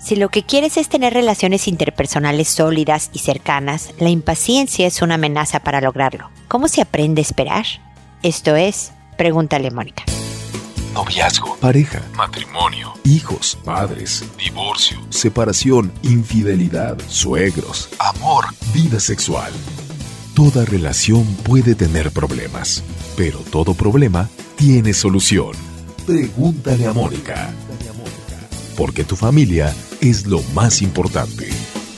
Si lo que quieres es tener relaciones interpersonales sólidas y cercanas, la impaciencia es una amenaza para lograrlo. ¿Cómo se aprende a esperar? Esto es, Pregúntale a Mónica. Noviazgo, pareja, matrimonio, hijos, padres, divorcio, separación, infidelidad, suegros, amor, vida sexual. Toda relación puede tener problemas, pero todo problema tiene solución. Pregúntale a Mónica. Porque tu familia es lo más importante.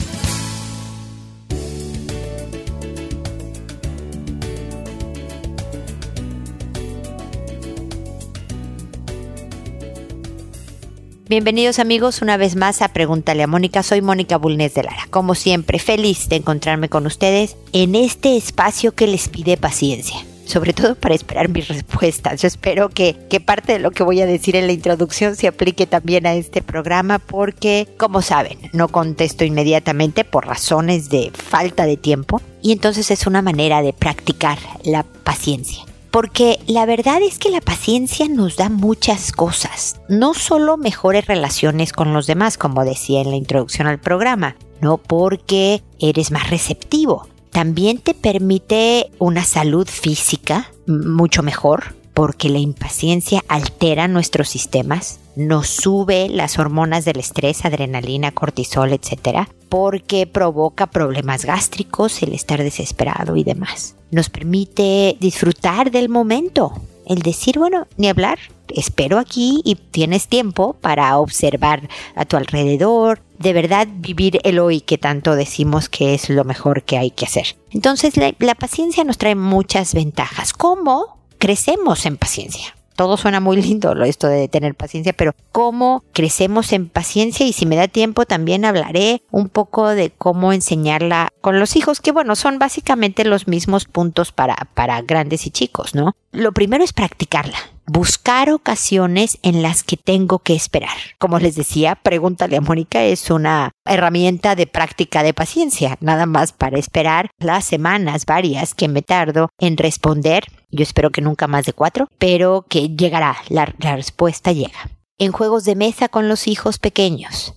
Bienvenidos amigos una vez más a Pregúntale a Mónica. Soy Mónica Bulnes de Lara. Como siempre, feliz de encontrarme con ustedes en este espacio que les pide paciencia. Sobre todo para esperar mis respuestas. Yo espero que parte de lo que voy a decir en la introducción se aplique también a este programa porque, como saben, no contesto inmediatamente por razones de falta de tiempo y entonces es una manera de practicar la paciencia. Porque la verdad es que la paciencia nos da muchas cosas. No solo mejores relaciones con los demás, como decía en la introducción al programa, no porque eres más receptivo. También te permite una salud física mucho mejor, porque la impaciencia altera nuestros sistemas, nos sube las hormonas del estrés, adrenalina, cortisol, etc., porque provoca problemas gástricos, el estar desesperado y demás. Nos permite disfrutar del momento, el decir, bueno, ni hablar, espero aquí y tienes tiempo para observar a tu alrededor, de verdad vivir el hoy que tanto decimos que es lo mejor que hay que hacer. Entonces la paciencia nos trae muchas ventajas. ¿Cómo crecemos en paciencia? Todo suena muy lindo esto de tener paciencia, pero ¿cómo crecemos en paciencia? Y si me da tiempo también hablaré un poco de cómo enseñarla con los hijos, que bueno, son básicamente los mismos puntos para grandes y chicos, ¿no? Lo primero es practicarla. Buscar ocasiones en las que tengo que esperar. Como les decía, Pregúntale a Mónica es una herramienta de práctica de paciencia, nada más para esperar las semanas varias que me tardo en responder. Yo espero que nunca más de 4, pero que llegará, la respuesta llega. En juegos de mesa con los hijos pequeños,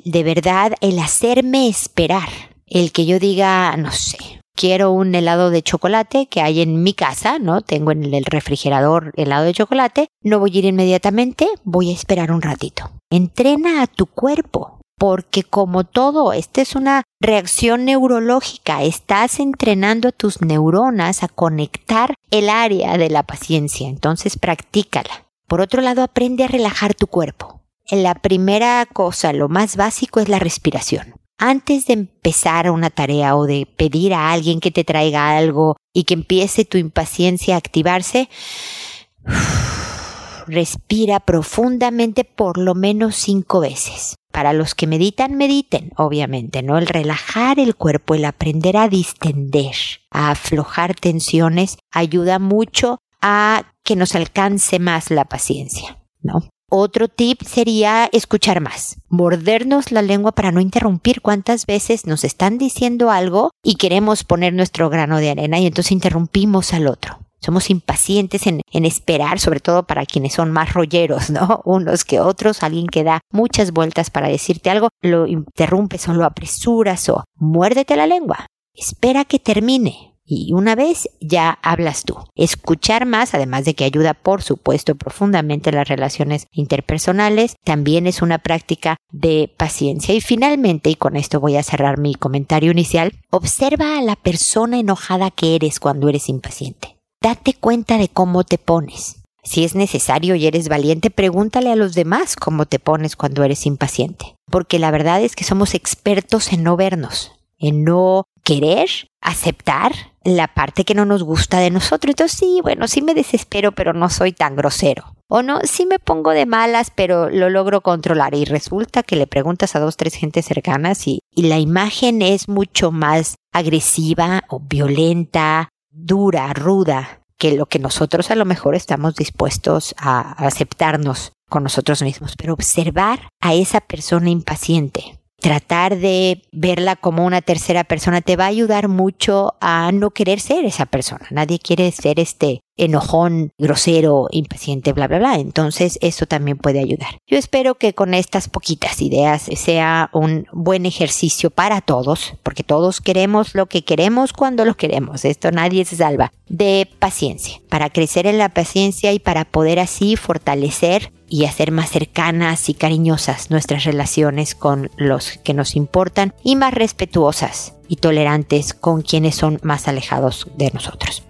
el hacerme esperar, el que yo diga, no sé, quiero un helado de chocolate que hay en mi casa, ¿no? Tengo en el refrigerador helado de chocolate. No voy a ir inmediatamente, voy a esperar un ratito. Entrena a tu cuerpo, porque como todo, esta es una reacción neurológica. Estás entrenando a tus neuronas a conectar el área de la paciencia. Entonces, practícala. Por otro lado, aprende a relajar tu cuerpo. La primera cosa, lo más básico, es la respiración. Antes de empezar una tarea o de pedir a alguien que te traiga algo y que empiece tu impaciencia a activarse, respira profundamente por lo menos 5 veces. Para los que meditan, mediten, obviamente, ¿no? El relajar el cuerpo, el aprender a distender, a aflojar tensiones, ayuda mucho a que nos alcance más la paciencia, ¿no? Otro tip sería escuchar más, mordernos la lengua para no interrumpir. ¿Cuántas veces nos están diciendo algo y queremos poner nuestro grano de arena y entonces interrumpimos al otro? Somos impacientes en esperar, sobre todo para quienes son más rolleros, ¿no? Unos que otros, alguien que da muchas vueltas para decirte algo, lo interrumpes o lo apresuras o muérdete la lengua. Espera que termine. Y una vez ya hablas tú. Escuchar más, además de que ayuda, por supuesto, profundamente en las relaciones interpersonales, también es una práctica de paciencia. Y finalmente, y con esto voy a cerrar mi comentario inicial, observa a la persona enojada que eres cuando eres impaciente. Date cuenta de cómo te pones. Si es necesario y eres valiente, pregúntale a los demás cómo te pones cuando eres impaciente. Porque la verdad es que somos expertos en no vernos, en no querer aceptar la parte que no nos gusta de nosotros. Entonces sí me desespero, pero no soy tan grosero. O no, sí me pongo de malas, pero lo logro controlar. Y resulta que le preguntas a 2, 3 gentes cercanas y la imagen es mucho más agresiva o violenta, dura, ruda, que lo que nosotros a lo mejor estamos dispuestos a aceptarnos con nosotros mismos. Pero observar a esa persona impaciente, tratar de verla como una tercera persona te va a ayudar mucho a no querer ser esa persona. Nadie quiere ser enojón, grosero, impaciente, bla, bla, bla. Entonces eso también puede ayudar. Yo espero que con estas poquitas ideas sea un buen ejercicio para todos, porque todos queremos lo que queremos cuando lo queremos. Esto nadie se salva. De paciencia, para crecer en la paciencia y para poder así fortalecer y hacer más cercanas y cariñosas nuestras relaciones con los que nos importan y más respetuosas y tolerantes con quienes son más alejados de nosotros.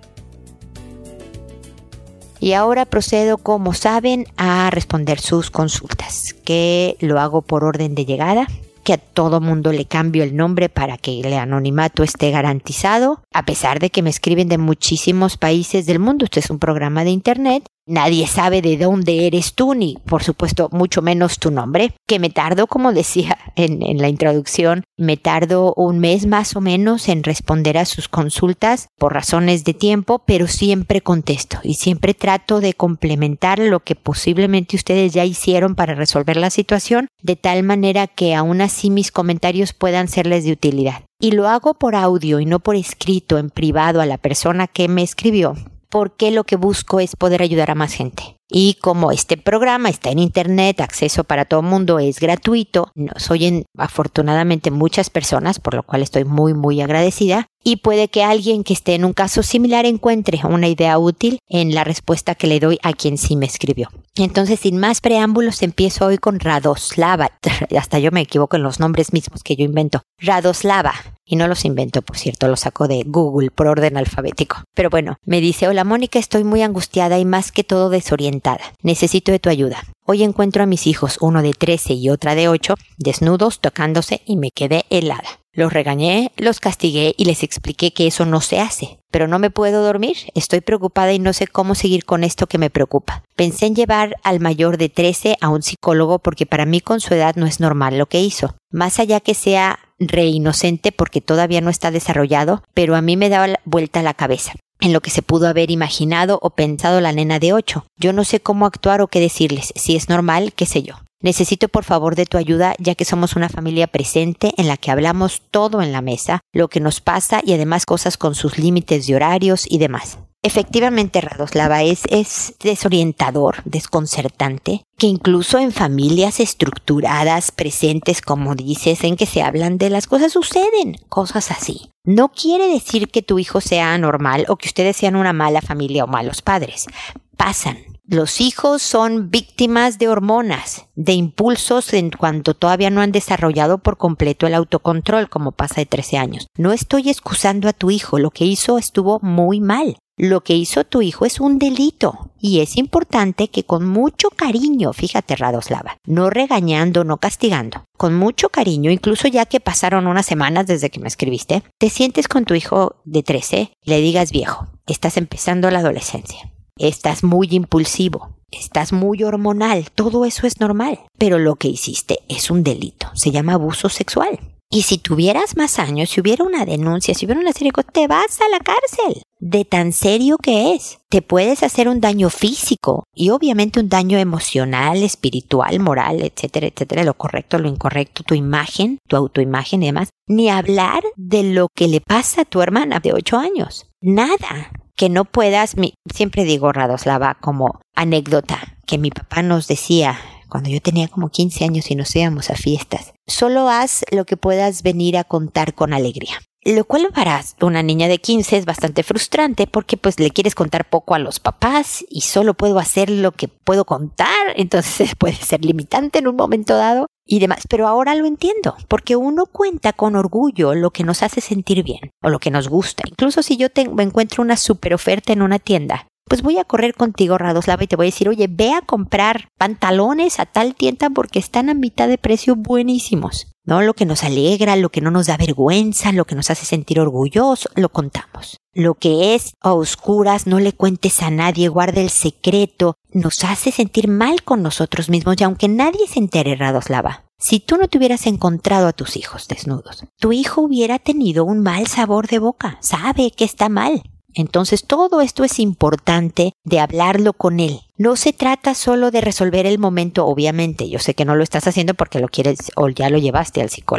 Y ahora procedo, como saben, a responder sus consultas, que lo hago por orden de llegada, que a todo mundo le cambio el nombre para que el anonimato esté garantizado, a pesar de que me escriben de muchísimos países del mundo. Este es un programa de internet. Nadie sabe de dónde eres tú, ni por supuesto mucho menos tu nombre, que me tardo, como decía en la introducción, me tardo un mes más o menos en responder a sus consultas por razones de tiempo, pero siempre contesto y siempre trato de complementar lo que posiblemente ustedes ya hicieron para resolver la situación, de tal manera que aún así mis comentarios puedan serles de utilidad. Y lo hago por audio y no por escrito en privado a la persona que me escribió, porque lo que busco es poder ayudar a más gente. Y como este programa está en internet, acceso para todo el mundo, es gratuito, nos oyen afortunadamente muchas personas, por lo cual estoy muy muy agradecida, y puede que alguien que esté en un caso similar encuentre una idea útil en la respuesta que le doy a quien sí me escribió. Entonces, sin más preámbulos, empiezo hoy con Radoslava. Hasta yo me equivoco en los nombres mismos que yo invento. Radoslava. Y no los invento, por cierto, los saco de Google por orden alfabético. Pero bueno, me dice: hola Mónica, estoy muy angustiada y más que todo desorientada. Necesito de tu ayuda. Hoy encuentro a mis hijos, uno de 13 y otra de 8, desnudos, tocándose y me quedé helada. Los regañé, los castigué y les expliqué que eso no se hace. Pero no me puedo dormir, estoy preocupada y no sé cómo seguir con esto que me preocupa. Pensé en llevar al mayor de 13 a un psicólogo porque para mí con su edad no es normal lo que hizo. Más allá que sea re inocente porque todavía no está desarrollado, pero a mí me daba vuelta la cabeza en lo que se pudo haber imaginado o pensado la nena de 8. Yo no sé cómo actuar o qué decirles, si es normal, qué sé yo. Necesito por favor de tu ayuda, ya que somos una familia presente en la que hablamos todo en la mesa, lo que nos pasa y además cosas con sus límites de horarios y demás. Efectivamente, Radoslava, es desorientador, desconcertante, que incluso en familias estructuradas, presentes, como dices, en que se hablan de las cosas, suceden cosas así. No quiere decir que tu hijo sea anormal o que ustedes sean una mala familia o malos padres. Pasan. Los hijos son víctimas de hormonas, de impulsos en cuanto todavía no han desarrollado por completo el autocontrol, como pasa de 13 años. No estoy excusando a tu hijo, lo que hizo estuvo muy mal. Lo que hizo tu hijo es un delito y es importante que con mucho cariño, fíjate Radoslava, no regañando, no castigando, con mucho cariño, incluso ya que pasaron unas semanas desde que me escribiste, te sientes con tu hijo de 13 y le digas: viejo, estás empezando la adolescencia, estás muy impulsivo, estás muy hormonal, todo eso es normal, pero lo que hiciste es un delito, se llama abuso sexual. Y si tuvieras más años, si hubiera una denuncia, si hubiera una serie de cosas, te vas a la cárcel. De tan serio que es. Te puedes hacer un daño físico y obviamente un daño emocional, espiritual, moral, etcétera, etcétera. Lo correcto, lo incorrecto, tu imagen, tu autoimagen y demás. Ni hablar de lo que le pasa a tu hermana de 8 años. Nada. Que no puedas, siempre digo, Radoslava, como anécdota, que mi papá nos decía cuando yo tenía como 15 años y nos íbamos a fiestas: solo haz lo que puedas venir a contar con alegría. Lo cual para una niña de 15 es bastante frustrante porque pues le quieres contar poco a los papás y solo puedo hacer lo que puedo contar, entonces puede ser limitante en un momento dado y demás. Pero ahora lo entiendo, porque uno cuenta con orgullo lo que nos hace sentir bien o lo que nos gusta. Incluso si yo me encuentro una super oferta en una tienda, pues voy a correr contigo, Radoslava, y te voy a decir: oye, ve a comprar pantalones a tal tienda porque están a mitad de precio buenísimos. ¿No? Lo que nos alegra, lo que no nos da vergüenza, lo que nos hace sentir orgullosos, lo contamos. Lo que es a oscuras, no le cuentes a nadie, guarda el secreto, nos hace sentir mal con nosotros mismos y aunque nadie se entere, Radoslava, si tú no te hubieras encontrado a tus hijos desnudos, tu hijo hubiera tenido un mal sabor de boca, sabe que está mal. Entonces todo esto es importante de hablarlo con él. No se trata solo de resolver el momento, obviamente. Yo sé que no lo estás haciendo porque lo quieres o ya lo llevaste al psicólogo.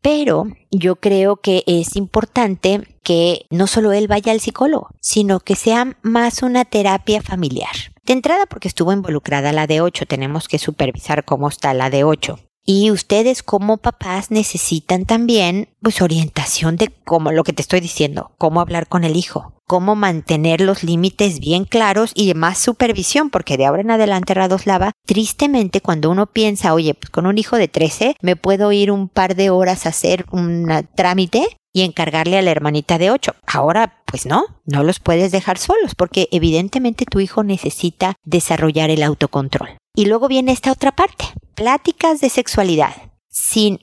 Pero yo creo que es importante que no solo él vaya al psicólogo, sino que sea más una terapia familiar. De entrada, porque estuvo involucrada la de 8, tenemos que supervisar cómo está la de 8. Y ustedes como papás necesitan también orientación de cómo, lo que te estoy diciendo, cómo hablar con el hijo, cómo mantener los límites bien claros y más supervisión, porque de ahora en adelante, Radoslava, tristemente cuando uno piensa, oye, pues con un hijo de 13 me puedo ir un par de horas a hacer un trámite y encargarle a la hermanita de 8. Ahora, pues no los puedes dejar solos porque evidentemente tu hijo necesita desarrollar el autocontrol. Y luego viene esta otra parte, pláticas de sexualidad. Sin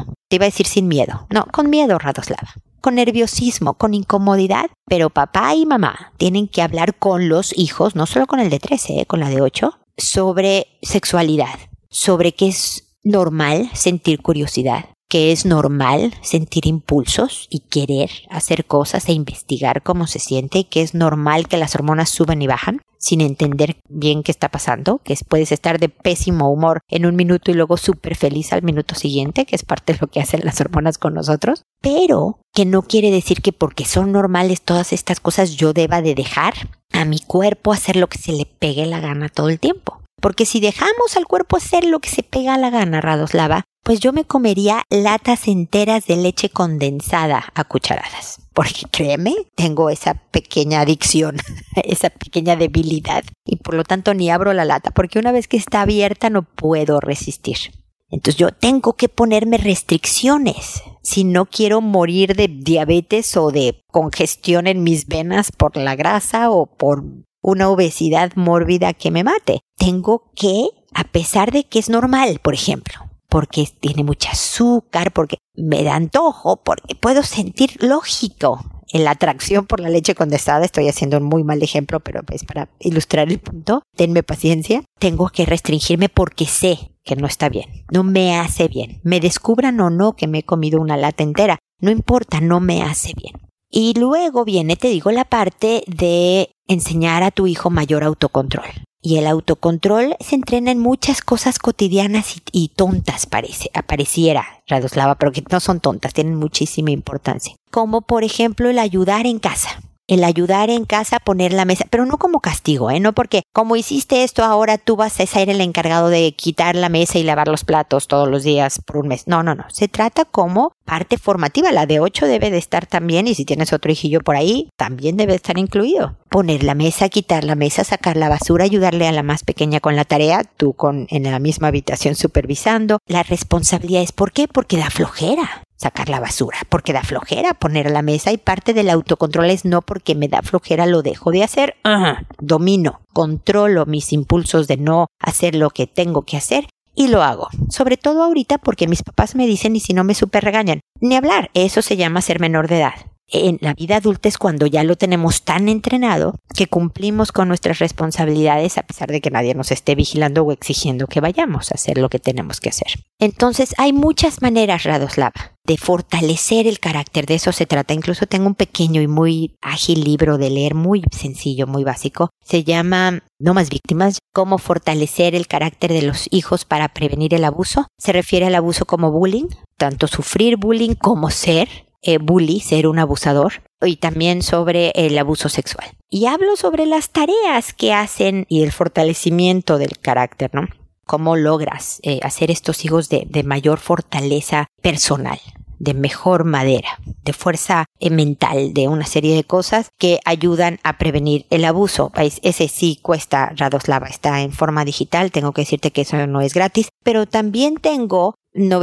miedo. No, con miedo, Radoslava. Con nerviosismo, con incomodidad. Pero papá y mamá tienen que hablar con los hijos, no solo con el de 13, con la de 8, sobre sexualidad, sobre que es normal sentir curiosidad, que es normal sentir impulsos y querer hacer cosas e investigar cómo se siente, que es normal que las hormonas suban y bajan sin entender bien qué está pasando, que puedes estar de pésimo humor en un minuto y luego súper feliz al minuto siguiente, que es parte de lo que hacen las hormonas con nosotros, pero que no quiere decir que porque son normales todas estas cosas yo deba de dejar a mi cuerpo hacer lo que se le pegue la gana todo el tiempo. Porque si dejamos al cuerpo hacer lo que se pega la gana, Radoslava, pues yo me comería latas enteras de leche condensada a cucharadas. Porque créeme, tengo esa pequeña adicción, esa pequeña debilidad. Y por lo tanto ni abro la lata, porque una vez que está abierta no puedo resistir. Entonces yo tengo que ponerme restricciones si no quiero morir de diabetes o de congestión en mis venas por la grasa o por una obesidad mórbida que me mate. Tengo que, a pesar de que es normal, por ejemplo, porque tiene mucho azúcar, porque me da antojo, porque puedo sentir lógico en la atracción por la leche condensada. Estoy haciendo un muy mal ejemplo, pero es para ilustrar el punto. Tenme paciencia. Tengo que restringirme porque sé que no está bien. No me hace bien. Me descubran o no que me he comido una lata entera. No importa, no me hace bien. Y luego viene, te digo, la parte de enseñar a tu hijo mayor autocontrol. Y el autocontrol se entrena en muchas cosas cotidianas y tontas, pareciera, Radoslava, pero que no son tontas, tienen muchísima importancia. Como por ejemplo el ayudar en casa. El ayudar en casa a poner la mesa, pero no como castigo, no porque como hiciste esto ahora tú vas a ser el encargado de quitar la mesa y lavar los platos todos los días por un mes. No. Se trata como parte formativa. La de 8 debe de estar también, y si tienes otro hijillo por ahí, también debe estar incluido. Poner la mesa, quitar la mesa, sacar la basura, ayudarle a la más pequeña con la tarea, tú en la misma habitación supervisando. La responsabilidad es ¿por qué? Porque da flojera sacar la basura, porque da flojera poner la mesa, y parte del autocontrol es no porque me da flojera lo dejo de hacer. Domino, controlo mis impulsos de no hacer lo que tengo que hacer y lo hago. Sobre todo ahorita porque mis papás me dicen y si no me súper regañan. Ni hablar, eso se llama ser menor de edad. En la vida adulta es cuando ya lo tenemos tan entrenado que cumplimos con nuestras responsabilidades a pesar de que nadie nos esté vigilando o exigiendo que vayamos a hacer lo que tenemos que hacer. Entonces hay muchas maneras, Radoslava, de fortalecer el carácter. De eso se trata. Incluso tengo un pequeño y muy ágil libro de leer, muy sencillo, muy básico. Se llama No más víctimas, cómo fortalecer el carácter de los hijos para prevenir el abuso. Se refiere al abuso como bullying, tanto sufrir bullying como ser bully, ser un abusador, y también sobre el abuso sexual. Y hablo sobre las tareas que hacen y el fortalecimiento del carácter, ¿no? Cómo logras hacer estos hijos de mayor fortaleza personal, de mejor madera, de fuerza mental, de una serie de cosas que ayudan a prevenir el abuso. Ese sí cuesta, Radoslava, está en forma digital, tengo que decirte que eso no es gratis, pero también tengo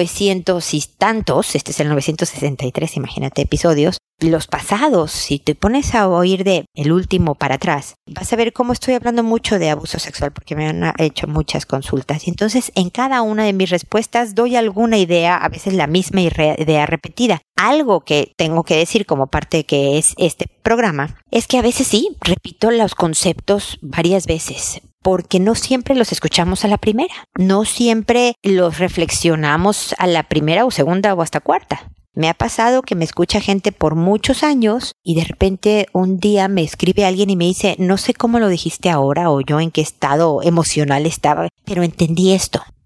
900 y tantos, este es el 963, imagínate, episodios, los pasados. Si te pones a oír de el último para atrás, vas a ver cómo estoy hablando mucho de abuso sexual porque me han hecho muchas consultas. Y entonces en cada una de mis respuestas doy alguna idea, a veces la misma idea repetida. Algo que tengo que decir como parte de que es este programa es que a veces sí, repito los conceptos varias veces, porque no siempre los escuchamos a la primera, no siempre los reflexionamos a la primera o segunda o hasta cuarta. Me ha pasado que me escucha gente por muchos años y de repente un día me escribe alguien y me dice, no sé cómo lo dijiste ahora o yo en qué estado emocional estaba, pero entendí esto.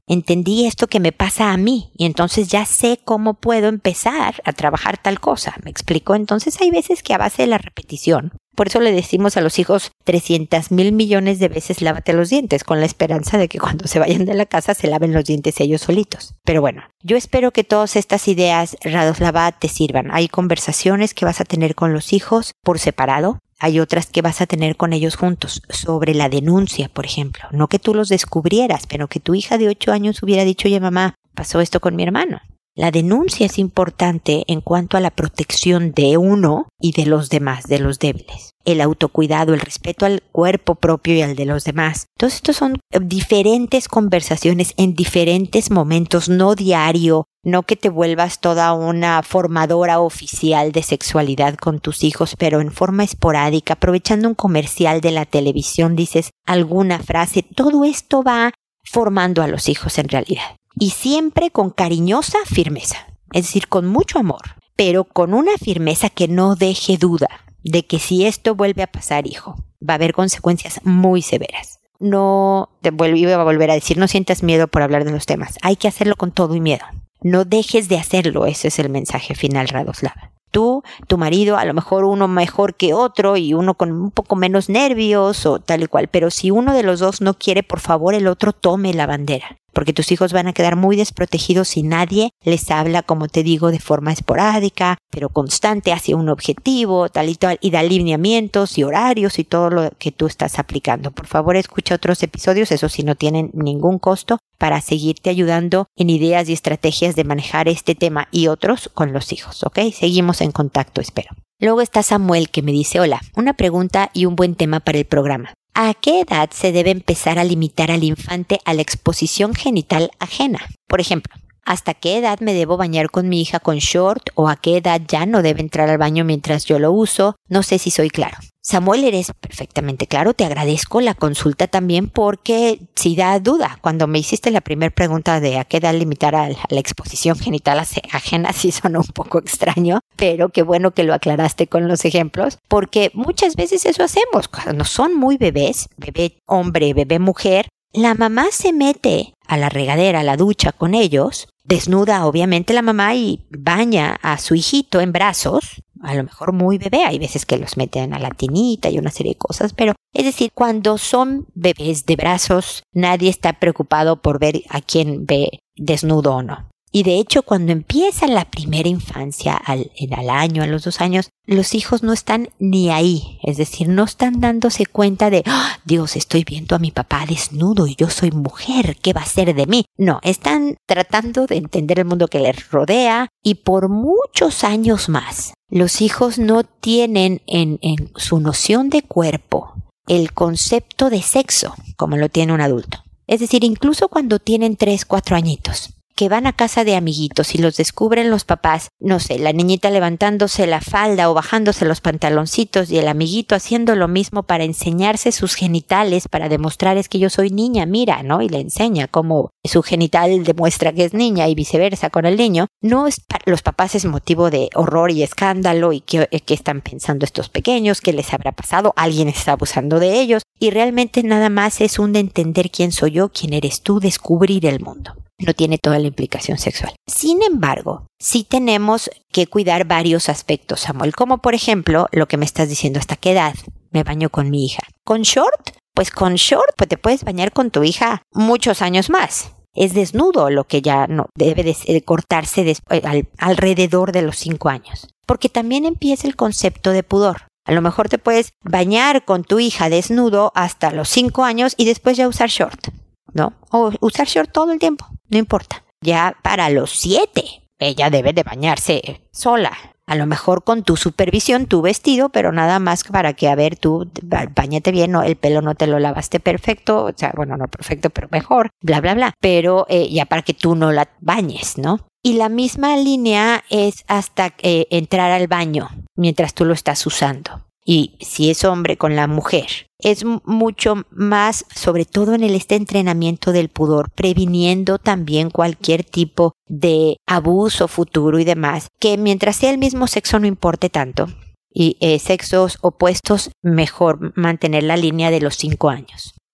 entendí esto que me pasa a mí y entonces ya sé cómo puedo empezar a trabajar tal cosa. ¿Me explico? Entonces hay veces que a base de la repetición, por eso le decimos a los hijos 300,000 millones de veces lávate los dientes, con la esperanza de que cuando se vayan de la casa se laven los dientes ellos solitos. Pero bueno, yo espero que todas estas ideas, Radoslava, te sirvan. Hay conversaciones que vas a tener con los hijos por separado. Hay otras que vas a tener con ellos juntos, sobre la denuncia, por ejemplo. No que tú los descubrieras, pero que tu hija de 8 años hubiera dicho, oye mamá, pasó esto con mi hermano. La denuncia es importante en cuanto a la protección de uno y de los demás, de los débiles. El autocuidado, el respeto al cuerpo propio y al de los demás. Todos estos son diferentes conversaciones en diferentes momentos, no diario, no que te vuelvas toda una formadora oficial de sexualidad con tus hijos, pero en forma esporádica, aprovechando un comercial de la televisión, dices alguna frase. Todo esto va formando a los hijos en realidad. Y siempre con cariñosa firmeza, es decir, con mucho amor, pero con una firmeza que no deje duda de que si esto vuelve a pasar, hijo, va a haber consecuencias muy severas. No, iba a volver a decir, no sientas miedo por hablar de los temas, hay que hacerlo con todo y miedo. No dejes de hacerlo, ese es el mensaje final, Radoslava. Tú, tu marido, a lo mejor uno mejor que otro y uno con un poco menos nervios o tal y cual, pero si uno de los dos no quiere, por favor el otro tome la bandera, porque tus hijos van a quedar muy desprotegidos si nadie les habla, como te digo, de forma esporádica, pero constante hacia un objetivo, tal, y da lineamientos y horarios y todo lo que tú estás aplicando. Por favor, escucha otros episodios, eso sí no tienen ningún costo, para seguirte ayudando en ideas y estrategias de manejar este tema y otros con los hijos, ¿ok? Seguimos en contacto, espero. Luego está Samuel que me dice, hola, una pregunta y un buen tema para el programa. ¿A qué edad se debe empezar a limitar al infante a la exposición genital ajena? Por ejemplo, ¿hasta qué edad me debo bañar con mi hija con short o a qué edad ya no debe entrar al baño mientras yo lo uso? No sé si soy claro. Samuel, eres perfectamente claro, te agradezco la consulta también porque sí da duda. Cuando me hiciste la primera pregunta de a qué edad limitar a la exposición genital ajena, sí sonó un poco extraño, pero qué bueno que lo aclaraste con los ejemplos, porque muchas veces eso hacemos. Cuando son muy bebés, bebé hombre, bebé mujer, la mamá se mete a la regadera, a la ducha con ellos, desnuda obviamente la mamá y baña a su hijito en brazos, a lo mejor muy bebé, hay veces que los meten a la tinita y una serie de cosas, pero es decir, cuando son bebés de brazos, nadie está preocupado por ver a quién ve desnudo o no. Y de hecho, cuando empieza la primera infancia, al año, a los 2 años, los hijos no están ni ahí. Es decir, no están dándose cuenta de, ¡oh, Dios, estoy viendo a mi papá desnudo y yo soy mujer, ¿qué va a ser de mí? No, están tratando de entender el mundo que les rodea y por muchos años más, los hijos no tienen en su noción de cuerpo el concepto de sexo como lo tiene un adulto. Es decir, incluso cuando tienen 3, 4 añitos, que van a casa de amiguitos y los descubren los papás, no sé, la niñita levantándose la falda o bajándose los pantaloncitos y el amiguito haciendo lo mismo para enseñarse sus genitales, para demostrar es que yo soy niña, mira, ¿no? Y le enseña cómo su genital demuestra que es niña y viceversa con el niño. No es para los papás es motivo de horror y escándalo y qué están pensando estos pequeños, qué les habrá pasado, alguien está abusando de ellos y realmente nada más es un de entender quién soy yo, quién eres tú, descubrir el mundo. No tiene toda la implicación sexual. Sin embargo, sí tenemos que cuidar varios aspectos, Samuel, como por ejemplo lo que me estás diciendo, ¿hasta qué edad me baño con mi hija? ¿Con short? Pues con short, pues te puedes bañar con tu hija muchos años más. Es desnudo lo que ya no debe de cortarse alrededor de los 5 años. Porque también empieza el concepto de pudor. A lo mejor te puedes bañar con tu hija desnudo hasta los 5 años y después ya usar short, ¿no? O usar short todo el tiempo, no importa. Ya para los 7, ella debe de bañarse sola. A lo mejor con tu supervisión, tu vestido, pero nada más para que, a ver, tú báñate bien, no, el pelo no te lo lavaste perfecto, o sea, bueno, no perfecto, pero mejor, bla, bla, bla. Pero ya para que tú no la bañes, ¿no? Y la misma línea es hasta entrar al baño mientras tú lo estás usando. Y si es hombre con la mujer, es mucho más, sobre todo en este entrenamiento del pudor, previniendo también cualquier tipo de abuso futuro y demás, que mientras sea el mismo sexo no importe tanto. Y sexos opuestos, mejor mantener la línea de los 5 años.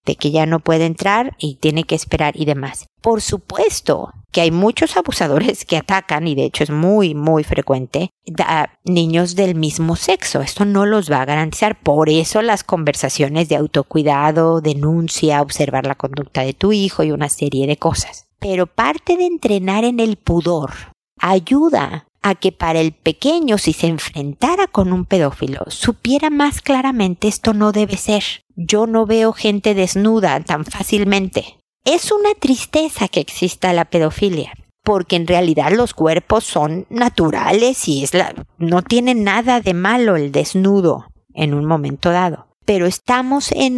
de que ya no puede entrar y tiene que esperar y demás. Por supuesto que hay muchos abusadores que atacan, y de hecho es muy, muy frecuente, a niños del mismo sexo. Esto no los va a garantizar. Por eso las conversaciones de autocuidado, denuncia, observar la conducta de tu hijo y una serie de cosas. Pero parte de entrenar en el pudor ayuda a que para el pequeño, si se enfrentara con un pedófilo, supiera más claramente esto no debe ser. Yo no veo gente desnuda tan fácilmente. Es una tristeza que exista la pedofilia, porque en realidad los cuerpos son naturales y no tiene nada de malo el desnudo en un momento dado. Pero estamos en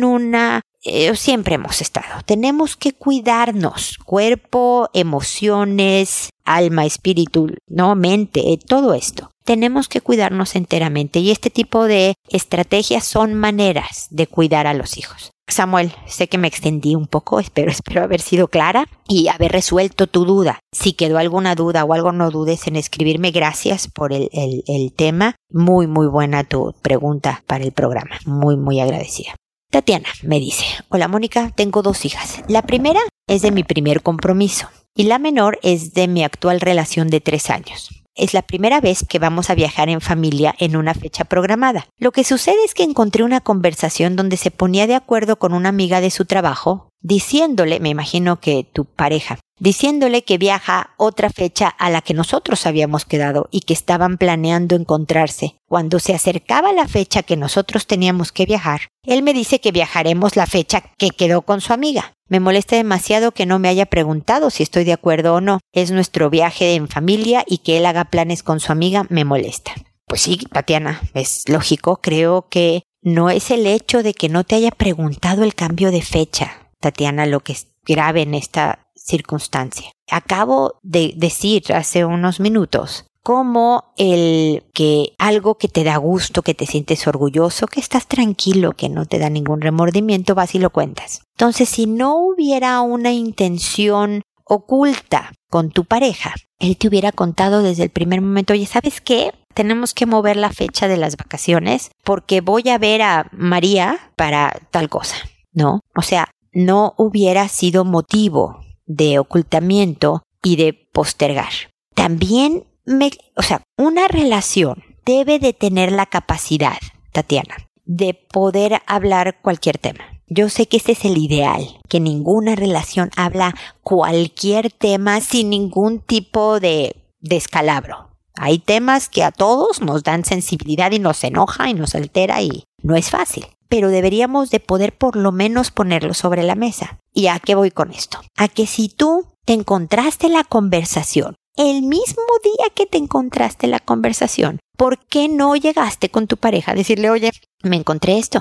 siempre hemos estado. Tenemos que cuidarnos, cuerpo, emociones, alma, espíritu, mente, todo esto. Tenemos que cuidarnos enteramente y este tipo de estrategias son maneras de cuidar a los hijos. Samuel, sé que me extendí un poco, espero haber sido clara y haber resuelto tu duda. Si quedó alguna duda o algo, no dudes en escribirme. Gracias por el tema. Muy, muy buena tu pregunta para el programa. Muy, muy agradecida. Tatiana me dice: hola Mónica, tengo 2 hijas. La primera es de mi primer compromiso y la menor es de mi actual relación de 3 años. Es la primera vez que vamos a viajar en familia en una fecha programada. Lo que sucede es que encontré una conversación donde se ponía de acuerdo con una amiga de su trabajo, diciéndole, me imagino que tu pareja, diciéndole que viaja otra fecha a la que nosotros habíamos quedado y que estaban planeando encontrarse. Cuando se acercaba la fecha que nosotros teníamos que viajar, él me dice que viajaremos la fecha que quedó con su amiga. Me molesta demasiado que no me haya preguntado si estoy de acuerdo o no. Es nuestro viaje en familia y que él haga planes con su amiga me molesta. Pues sí, Tatiana, es lógico. Creo que no es el hecho de que no te haya preguntado el cambio de fecha, Tatiana, lo que es grave en esta circunstancia. Acabo de decir hace unos minutos como algo que te da gusto, que te sientes orgulloso, que estás tranquilo, que no te da ningún remordimiento, vas y lo cuentas. Entonces, si no hubiera una intención oculta con tu pareja, él te hubiera contado desde el primer momento: oye, ¿sabes qué? Tenemos que mover la fecha de las vacaciones porque voy a ver a María para tal cosa, ¿no? O sea, no hubiera sido motivo de ocultamiento y de postergar. También una relación debe de tener la capacidad, Tatiana, de poder hablar cualquier tema. Yo sé que ese es el ideal, que ninguna relación habla cualquier tema sin ningún tipo de descalabro. Hay temas que a todos nos dan sensibilidad y nos enoja y nos altera y no es fácil. Pero deberíamos de poder por lo menos ponerlo sobre la mesa. ¿Y a qué voy con esto? A que si tú te encontraste la conversación, el mismo día que te encontraste la conversación, ¿por qué no llegaste con tu pareja a decirle: oye, me encontré esto?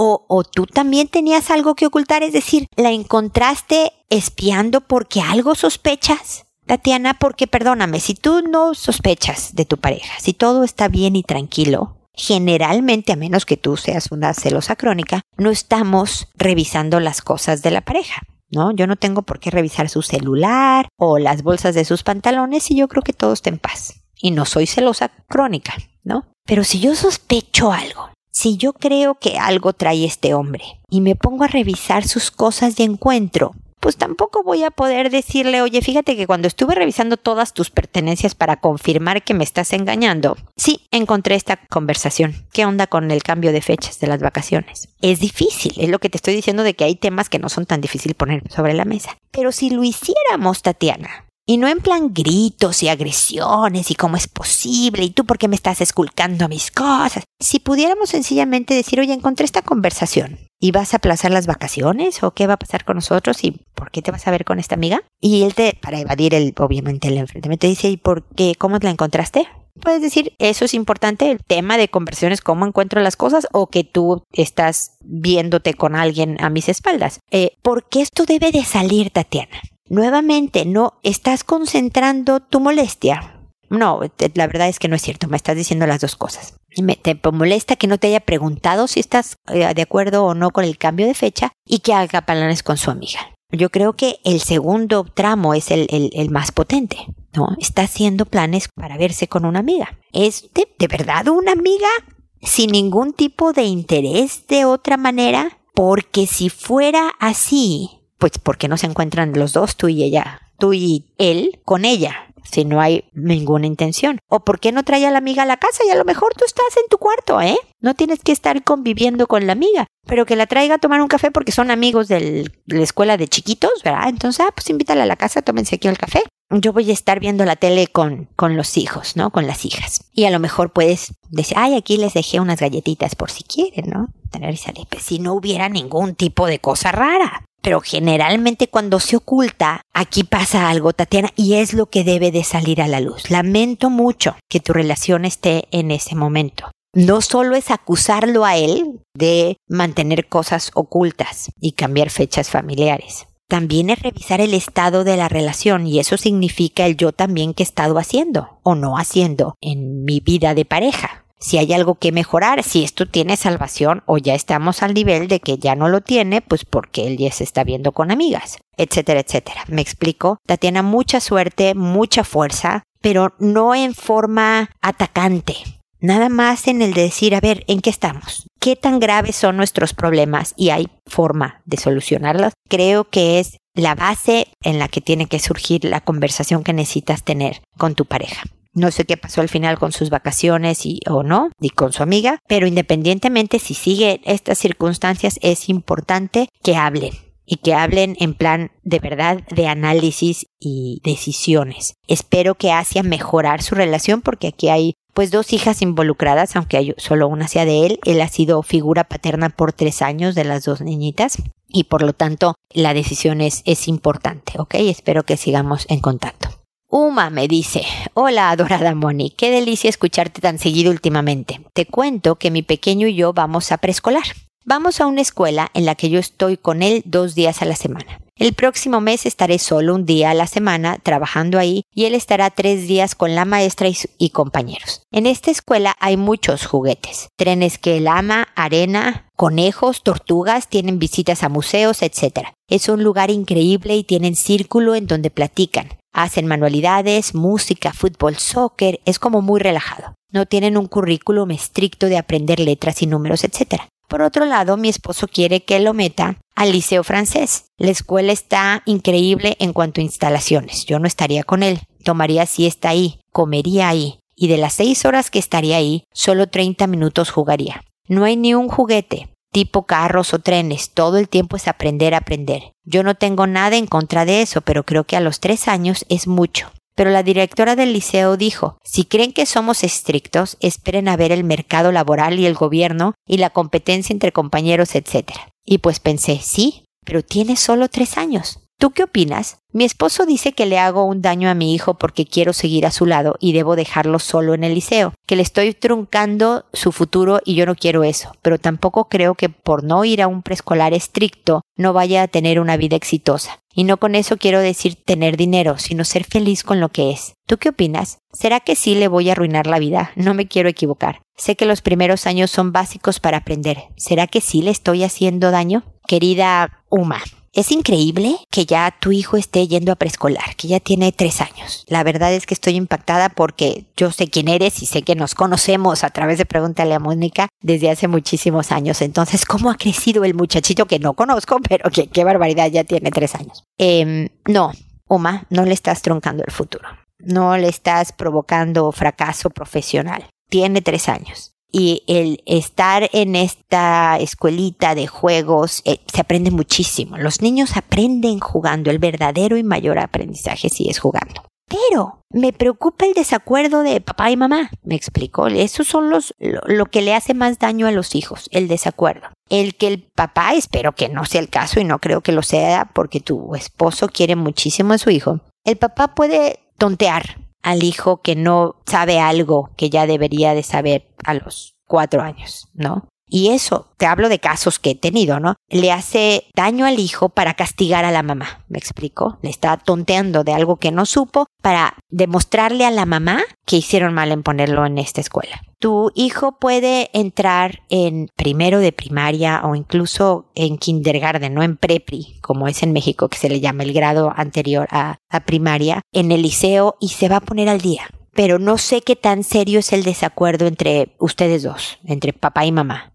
O tú también tenías algo que ocultar, es decir, ¿la encontraste espiando porque algo sospechas? Tatiana, porque perdóname, si tú no sospechas de tu pareja, si todo está bien y tranquilo, generalmente, a menos que tú seas una celosa crónica, no estamos revisando las cosas de la pareja, ¿no? Yo no tengo por qué revisar su celular o las bolsas de sus pantalones y yo creo que todo está en paz. Y no soy celosa crónica, ¿no? Pero si yo sospecho algo, si yo creo que algo trae este hombre y me pongo a revisar sus cosas de encuentro, pues tampoco voy a poder decirle: oye, fíjate que cuando estuve revisando todas tus pertenencias para confirmar que me estás engañando, sí, encontré esta conversación. ¿Qué onda con el cambio de fechas de las vacaciones? Es difícil, es lo que te estoy diciendo, de que hay temas que no son tan difíciles poner sobre la mesa. Pero si lo hiciéramos, Tatiana, y no en plan gritos y agresiones y cómo es posible y tú por qué me estás esculcando mis cosas. Si pudiéramos sencillamente decir: oye, encontré esta conversación. ¿Y vas a aplazar las vacaciones? ¿O qué va a pasar con nosotros? ¿Y por qué te vas a ver con esta amiga? Y él para evadir obviamente el enfrentamiento, te dice: ¿y por qué? ¿Cómo te la encontraste? Puedes decir: eso es importante, el tema de conversaciones, cómo encuentro las cosas, o que tú estás viéndote con alguien a mis espaldas. Porque esto debe de salir, Tatiana. Nuevamente, no estás concentrando tu molestia. No, la verdad es que no es cierto, me estás diciendo las dos cosas. Te molesta que no te haya preguntado si estás de acuerdo o no con el cambio de fecha y que haga planes con su amiga. Yo creo que el segundo tramo es el más potente, ¿no? Está haciendo planes para verse con una amiga. ¿Es de verdad una amiga sin ningún tipo de interés de otra manera? Porque si fuera así, pues ¿por qué no se encuentran los dos, tú y ella, tú y él con ella? Si no hay ninguna intención. ¿O por qué no trae a la amiga a la casa? Y a lo mejor tú estás en tu cuarto, No tienes que estar conviviendo con la amiga. Pero que la traiga a tomar un café porque son amigos de la escuela de chiquitos, ¿verdad? Entonces, pues invítala a la casa, tómense aquí el café. Yo voy a estar viendo la tele con los hijos, ¿no? Con las hijas. Y a lo mejor puedes decir, aquí les dejé unas galletitas por si quieren, ¿no? Pues si no hubiera ningún tipo de cosa rara. Pero generalmente cuando se oculta, aquí pasa algo, Tatiana, y es lo que debe de salir a la luz. Lamento mucho que tu relación esté en ese momento. No solo es acusarlo a él de mantener cosas ocultas y cambiar fechas familiares. También es revisar el estado de la relación y eso significa el yo también que he estado haciendo o no haciendo en mi vida de pareja. Si hay algo que mejorar, si esto tiene salvación o ya estamos al nivel de que ya no lo tiene, pues porque él ya se está viendo con amigas, etcétera, etcétera. ¿Me explico? Tatiana, mucha suerte, mucha fuerza, pero no en forma atacante. Nada más en el de decir, a ver, ¿en qué estamos? ¿Qué tan graves son nuestros problemas? Y hay forma de solucionarlos. Creo que es la base en la que tiene que surgir la conversación que necesitas tener con tu pareja. No sé qué pasó al final con sus vacaciones o no, ni con su amiga, pero independientemente si sigue estas circunstancias, es importante que hablen. Y que hablen en plan de verdad de análisis y decisiones. Espero que Asia mejorar su relación porque aquí hay pues 2 hijas involucradas, aunque hay solo una sea de él. Él ha sido figura paterna por 3 años de las 2 niñitas y por lo tanto la decisión es importante, ¿ok? Espero que sigamos en contacto. Uma me dice, hola adorada Moni, qué delicia escucharte tan seguido últimamente. Te cuento que mi pequeño y yo vamos a preescolar. Vamos a una escuela en la que yo estoy con él 2 días a la semana. El próximo mes estaré solo 1 día a la semana trabajando ahí y él estará 3 días con la maestra y compañeros. En esta escuela hay muchos juguetes, trenes que él ama, arena, conejos, tortugas, tienen visitas a museos, etc. Es un lugar increíble y tienen círculo en donde platican. Hacen manualidades, música, fútbol, soccer, es como muy relajado. No tienen un currículum estricto de aprender letras y números, etc. Por otro lado, mi esposo quiere que lo meta al liceo francés. La escuela está increíble en cuanto a instalaciones. Yo no estaría con él. Tomaría siesta ahí, comería ahí. Y de las 6 horas que estaría ahí, solo 30 minutos jugaría. No hay ni un juguete, tipo carros o trenes. Todo el tiempo es aprender a aprender. Yo no tengo nada en contra de eso, pero creo que a los 3 años es mucho. Pero la directora del liceo dijo, si creen que somos estrictos, esperen a ver el mercado laboral y el gobierno y la competencia entre compañeros, etc. Y pues pensé, sí, pero tiene solo 3 años. ¿Tú qué opinas? Mi esposo dice que le hago un daño a mi hijo porque quiero seguir a su lado y debo dejarlo solo en el liceo, que le estoy truncando su futuro y yo no quiero eso, pero tampoco creo que por no ir a un preescolar estricto no vaya a tener una vida exitosa. Y no con eso quiero decir tener dinero, sino ser feliz con lo que es. ¿Tú qué opinas? ¿Será que sí le voy a arruinar la vida? No me quiero equivocar. Sé que los primeros años son básicos para aprender. ¿Será que sí le estoy haciendo daño? Querida Uma, es increíble que ya tu hijo esté yendo a preescolar, que ya tiene 3 años. La verdad es que estoy impactada porque yo sé quién eres y sé que nos conocemos a través de Pregúntale a Mónica desde hace muchísimos años. Entonces, ¿cómo ha crecido el muchachito que no conozco, pero que qué barbaridad, ya tiene 3 años? No, Uma, no le estás truncando el futuro. No le estás provocando fracaso profesional. Tiene 3 años. Y el estar en esta escuelita de juegos se aprende muchísimo. Los niños aprenden jugando. El verdadero y mayor aprendizaje sí es jugando. Pero me preocupa el desacuerdo de papá y mamá. Me explico. Esos son lo que le hace más daño a los hijos, el desacuerdo. El que el papá, espero que no sea el caso y no creo que lo sea porque tu esposo quiere muchísimo a su hijo. El papá puede tontear al hijo que no sabe algo que ya debería de saber a los 4 años, ¿no? Y eso, te hablo de casos que he tenido, ¿no? Le hace daño al hijo para castigar a la mamá, ¿me explico? Le está tonteando de algo que no supo para demostrarle a la mamá que hicieron mal en ponerlo en esta escuela. Tu hijo puede entrar en primero de primaria o incluso en kindergarten, no en prepri, como es en México, que se le llama el grado anterior a primaria, en el liceo y se va a poner al día. Pero no sé qué tan serio es el desacuerdo entre ustedes dos, entre papá y mamá.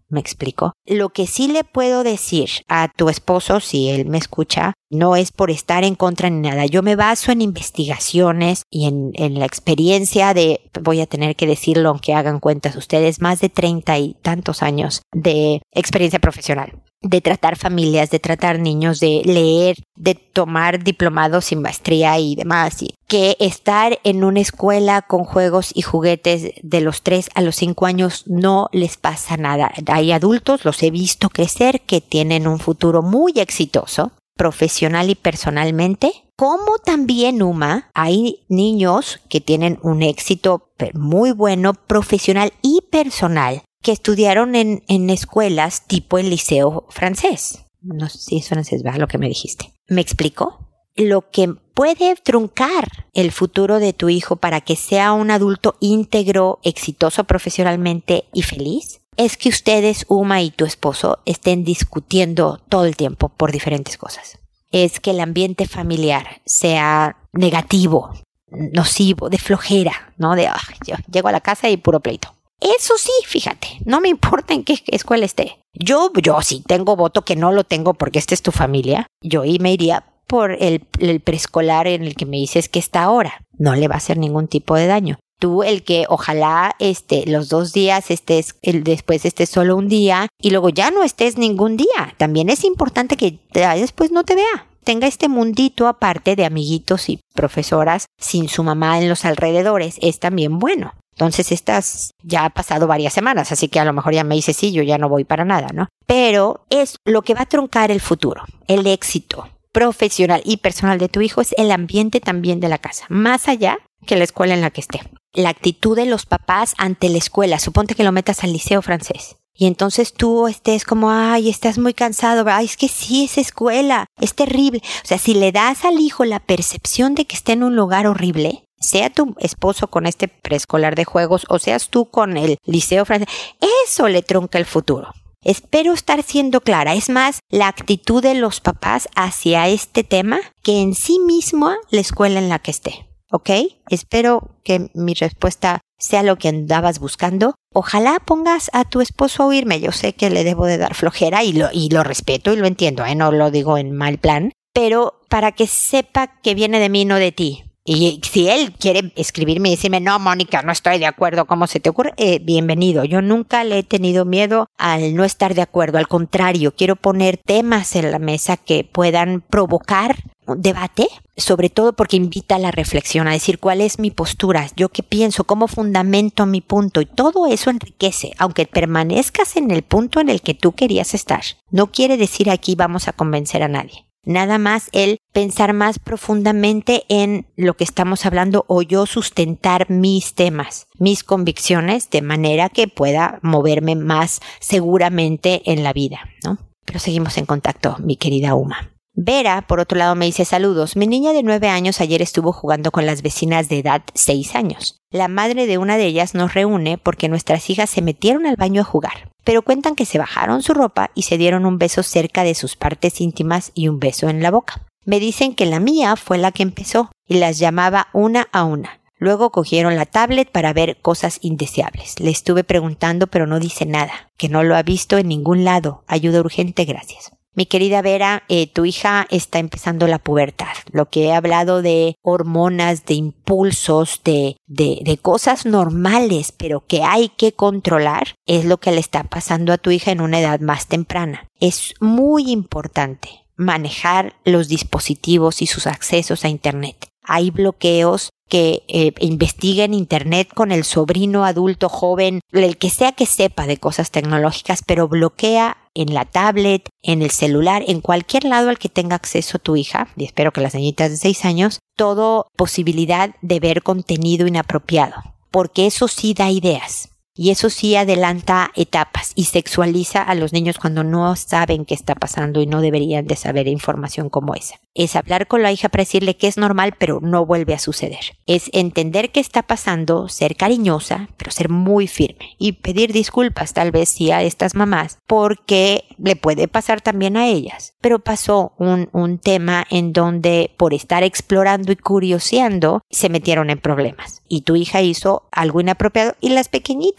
¿Me explico? Lo que sí le puedo decir a tu esposo, si él me escucha, no es por estar en contra ni nada. Yo me baso en investigaciones y en la experiencia de, voy a tener que decirlo aunque hagan cuentas ustedes, más de 30 y tantos años de experiencia profesional. De tratar familias, de tratar niños, de leer, de tomar diplomados y maestría y demás. Y que estar en una escuela con juegos y juguetes de los 3 a los 5 años no les pasa nada. Hay adultos, los he visto crecer, que tienen un futuro muy exitoso, profesional y personalmente. Como también, Uma, hay niños que tienen un éxito muy bueno, profesional y personal, que estudiaron en escuelas tipo el liceo francés. No sé si es francés, ¿verdad? Lo que me dijiste. ¿Me explico? Lo que puede truncar el futuro de tu hijo para que sea un adulto íntegro, exitoso profesionalmente y feliz, es que ustedes, Uma y tu esposo, estén discutiendo todo el tiempo por diferentes cosas. Es que el ambiente familiar sea negativo, nocivo, de flojera, ¿no? De, yo llego a la casa y puro pleito. Eso sí, fíjate, no me importa en qué escuela esté. Yo sí tengo voto, que no lo tengo porque esta es tu familia. Yo me iría por el preescolar en el que me dices que está ahora. No le va a hacer ningún tipo de daño. Tú, el que ojalá los 2 días estés, después estés solo un día y luego ya no estés ningún día. También es importante que después no te vea. Tenga este mundito aparte de amiguitos y profesoras sin su mamá en los alrededores. Es también bueno. Entonces ya ha pasado varias semanas, así que a lo mejor ya me dice sí, yo ya no voy para nada, ¿no? Pero es lo que va a truncar el futuro, el éxito profesional y personal de tu hijo, es el ambiente también de la casa, más allá que la escuela en la que esté. La actitud de los papás ante la escuela, suponte que lo metas al liceo francés. Y entonces tú estés como, estás muy cansado, es que sí, es escuela, es terrible. O sea, si le das al hijo la percepción de que está en un lugar horrible, sea tu esposo con este preescolar de juegos o seas tú con el liceo francés, eso le trunca el futuro. Espero estar siendo clara. Es más la actitud de los papás hacia este tema que en sí misma la escuela en la que esté. ¿Ok? Espero que mi respuesta sea lo que andabas buscando. Ojalá pongas a tu esposo a oírme. Yo sé que le debo de dar flojera y lo respeto y lo entiendo, no lo digo en mal plan, pero para que sepa que viene de mí, no de ti. Y si él quiere escribirme y decirme, no, Mónica, no estoy de acuerdo, ¿cómo se te ocurre? Bienvenido. Yo nunca le he tenido miedo al no estar de acuerdo. Al contrario, quiero poner temas en la mesa que puedan provocar un debate, sobre todo porque invita a la reflexión, a decir cuál es mi postura, yo qué pienso, cómo fundamento mi punto, y todo eso enriquece. Aunque permanezcas en el punto en el que tú querías estar, no quiere decir aquí vamos a convencer a nadie. Nada más el pensar más profundamente en lo que estamos hablando o yo sustentar mis temas, mis convicciones, de manera que pueda moverme más seguramente en la vida, ¿no? Pero seguimos en contacto, mi querida Uma. Vera, por otro lado, me dice saludos. Mi niña de 9 años ayer estuvo jugando con las vecinas de edad 6 años. La madre de una de ellas nos reúne porque nuestras hijas se metieron al baño a jugar. Pero cuentan que se bajaron su ropa y se dieron un beso cerca de sus partes íntimas y un beso en la boca. Me dicen que la mía fue la que empezó y las llamaba una a una. Luego cogieron la tablet para ver cosas indeseables. Le estuve preguntando pero no dice nada, que no lo ha visto en ningún lado. Ayuda urgente, gracias. Mi querida Vera, tu hija está empezando la pubertad. Lo que he hablado de hormonas, de impulsos, de cosas normales, pero que hay que controlar, es lo que le está pasando a tu hija en una edad más temprana. Es muy importante manejar los dispositivos y sus accesos a Internet. Hay bloqueos que investiguen Internet con el sobrino adulto joven, el que sea que sepa de cosas tecnológicas, pero bloquea en la tablet, en el celular, en cualquier lado al que tenga acceso tu hija, y espero que las niñitas de 6 años, toda posibilidad de ver contenido inapropiado, porque eso sí da ideas. Y eso sí adelanta etapas y sexualiza a los niños cuando no saben qué está pasando y no deberían de saber información como esa. Es hablar con la hija para decirle que es normal, pero no vuelve a suceder. Es entender qué está pasando, ser cariñosa, pero ser muy firme. Y pedir disculpas tal vez sí a estas mamás, porque le puede pasar también a ellas. Pero pasó un tema en donde por estar explorando y curioseando se metieron en problemas. Y tu hija hizo algo inapropiado y las pequeñitas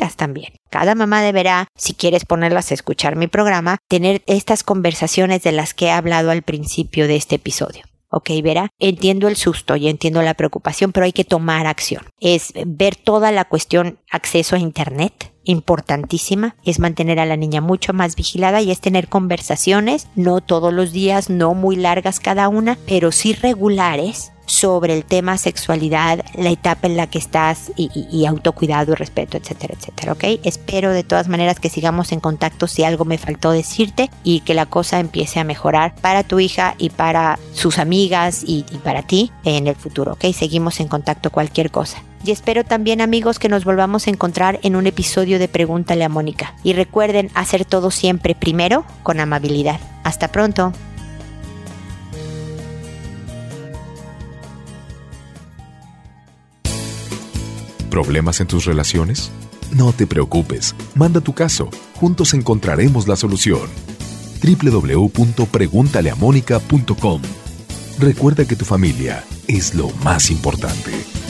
amigas también. Cada mamá deberá, si quieres ponerlas a escuchar mi programa, tener estas conversaciones de las que he hablado al principio de este episodio. Ok, Vera, entiendo el susto y entiendo la preocupación, pero hay que tomar acción. Es ver toda la cuestión acceso a internet, importantísima, es mantener a la niña mucho más vigilada y es tener conversaciones, no todos los días, no muy largas cada una, pero sí regulares sobre el tema sexualidad, la etapa en la que estás y autocuidado y respeto, etcétera, etcétera, ¿ok? Espero de todas maneras que sigamos en contacto si algo me faltó decirte y que la cosa empiece a mejorar para tu hija y para sus amigas y para ti en el futuro, ¿ok? Seguimos en contacto cualquier cosa. Y espero también, amigos, que nos volvamos a encontrar en un episodio de Pregúntale a Mónica. Y recuerden hacer todo siempre primero con amabilidad. Hasta pronto. ¿Problemas en tus relaciones? No te preocupes, manda tu caso, juntos encontraremos la solución. www.preguntaleamónica.com. Recuerda que tu familia es lo más importante.